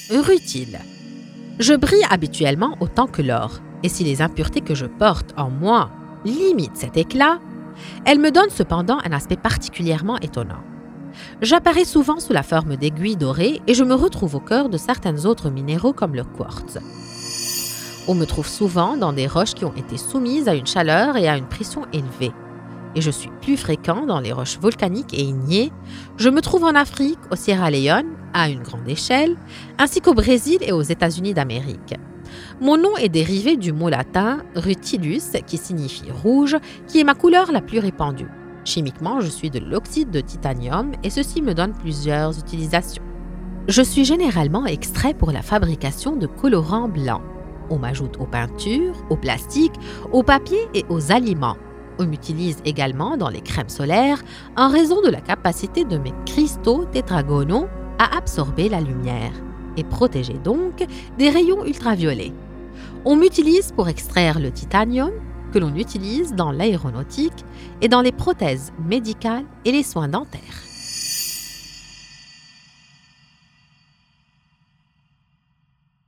Rutile. Je brille habituellement autant que l'or, et si les impuretés que je porte en moi limitent cet éclat, elles me donnent cependant un aspect particulièrement étonnant. J'apparais souvent sous la forme d'aiguilles dorées et je me retrouve au cœur de certains autres minéraux comme le quartz. On me trouve souvent dans des roches qui ont été soumises à une chaleur et à une pression élevée. Et je suis plus fréquent dans les roches volcaniques et ignées. Je me trouve en Afrique, au Sierra Leone, à une grande échelle, ainsi qu'au Brésil et aux États-Unis d'Amérique. Mon nom est dérivé du mot latin « rutilus » qui signifie « rouge », qui est ma couleur la plus répandue. Chimiquement, je suis de l'oxyde de titanium et ceci me donne plusieurs utilisations. Je suis généralement extrait pour la fabrication de colorants blancs. On m'ajoute aux peintures, aux plastiques, aux papiers et aux aliments. On m'utilise également dans les crèmes solaires en raison de la capacité de mes cristaux tétragonaux à absorber la lumière et protéger donc des rayons ultraviolets. On m'utilise pour extraire le titanium que l'on utilise dans l'aéronautique et dans les prothèses médicales et les soins dentaires.